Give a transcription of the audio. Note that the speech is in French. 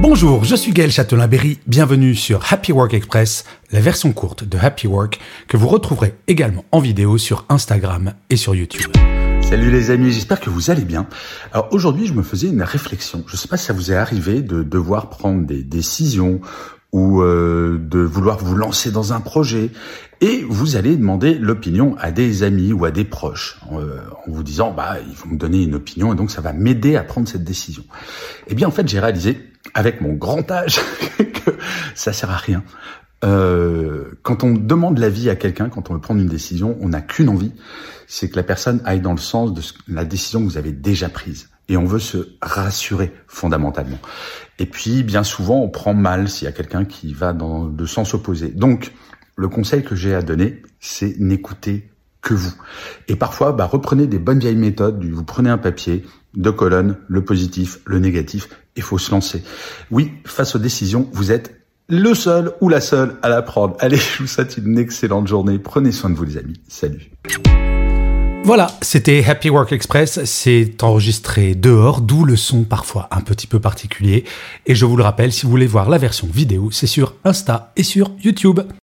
Bonjour, je suis Gaël Châtelain-Berry, bienvenue sur Happy Work Express, la version courte de Happy Work que vous retrouverez également en vidéo sur Instagram et sur YouTube. Salut les amis, j'espère que vous allez bien. Alors aujourd'hui, je me faisais une réflexion. Je ne sais pas si ça vous est arrivé de devoir prendre des décisions ou de vouloir vous lancer dans un projet et vous allez demander l'opinion à des amis ou à des proches en vous disant ils vont me donner une opinion et donc ça va m'aider à prendre cette décision. Eh bien en fait, j'ai réalisé avec mon grand âge que ça sert à rien. Quand on demande l'avis à quelqu'un, quand on veut prendre une décision, on n'a qu'une envie, c'est que la personne aille dans le sens de la décision que vous avez déjà prise. Et on veut se rassurer fondamentalement. Et puis, bien souvent, on prend mal s'il y a quelqu'un qui va dans le sens opposé. Donc, le conseil que j'ai à donner, c'est n'écouter que vous. Et parfois, reprenez des bonnes vieilles méthodes. Vous prenez un papier, 2 colonnes, le positif, le négatif, et il faut se lancer. Oui, face aux décisions, vous êtes le seul ou la seule à la prendre. Allez, je vous souhaite une excellente journée. Prenez soin de vous les amis. Salut. Voilà, c'était Happy Work Express, c'est enregistré dehors, d'où le son parfois un petit peu particulier. Et je vous le rappelle, si vous voulez voir la version vidéo, c'est sur Insta et sur YouTube.